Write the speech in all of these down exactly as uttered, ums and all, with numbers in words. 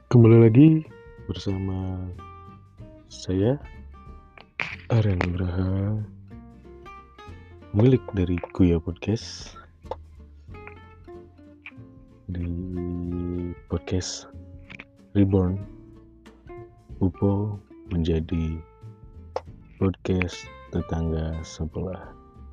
Kembali lagi bersama saya Aryan Nugraha, milik dari Kuya Podcast. Di podcast Reborn, Upo menjadi podcast tetangga sebelah.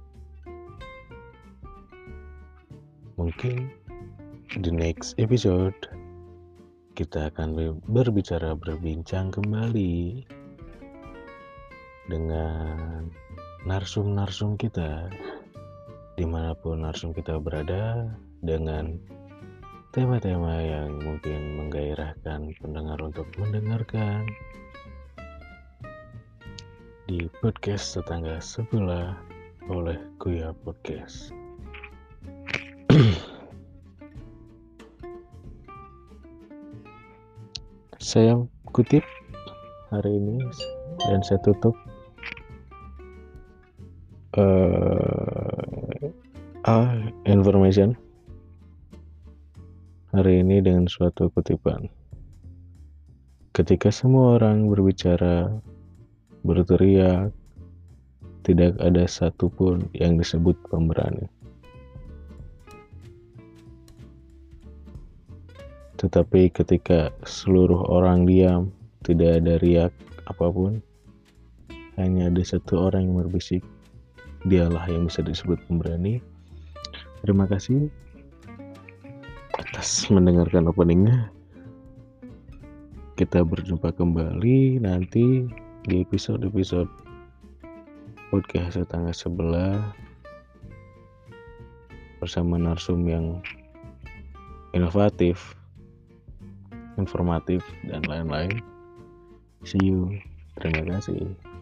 Mungkin di next episode kita akan berbicara berbincang kembali dengan narsum-narsum kita, dimanapun narsum kita berada, dengan tema-tema yang mungkin menggairahkan pendengar untuk mendengarkan di podcast tetangga sebelah oleh Kuya Podcast. Saya kutip hari ini dan saya tutup uh, ah, information hari ini dengan suatu kutipan. Ketika semua orang berbicara, berteriak, tidak ada satupun yang disebut pemberani. Tetapi ketika seluruh orang diam, tidak ada riak apapun, hanya ada satu orang yang berbisik, dialah yang bisa disebut pemberani. Terima kasih atas mendengarkan openingnya. Kita berjumpa kembali nanti di episode-episode podcast tetangga sebelah bersama narsum yang inovatif, informatif, dan lain-lain. See you. Terima kasih.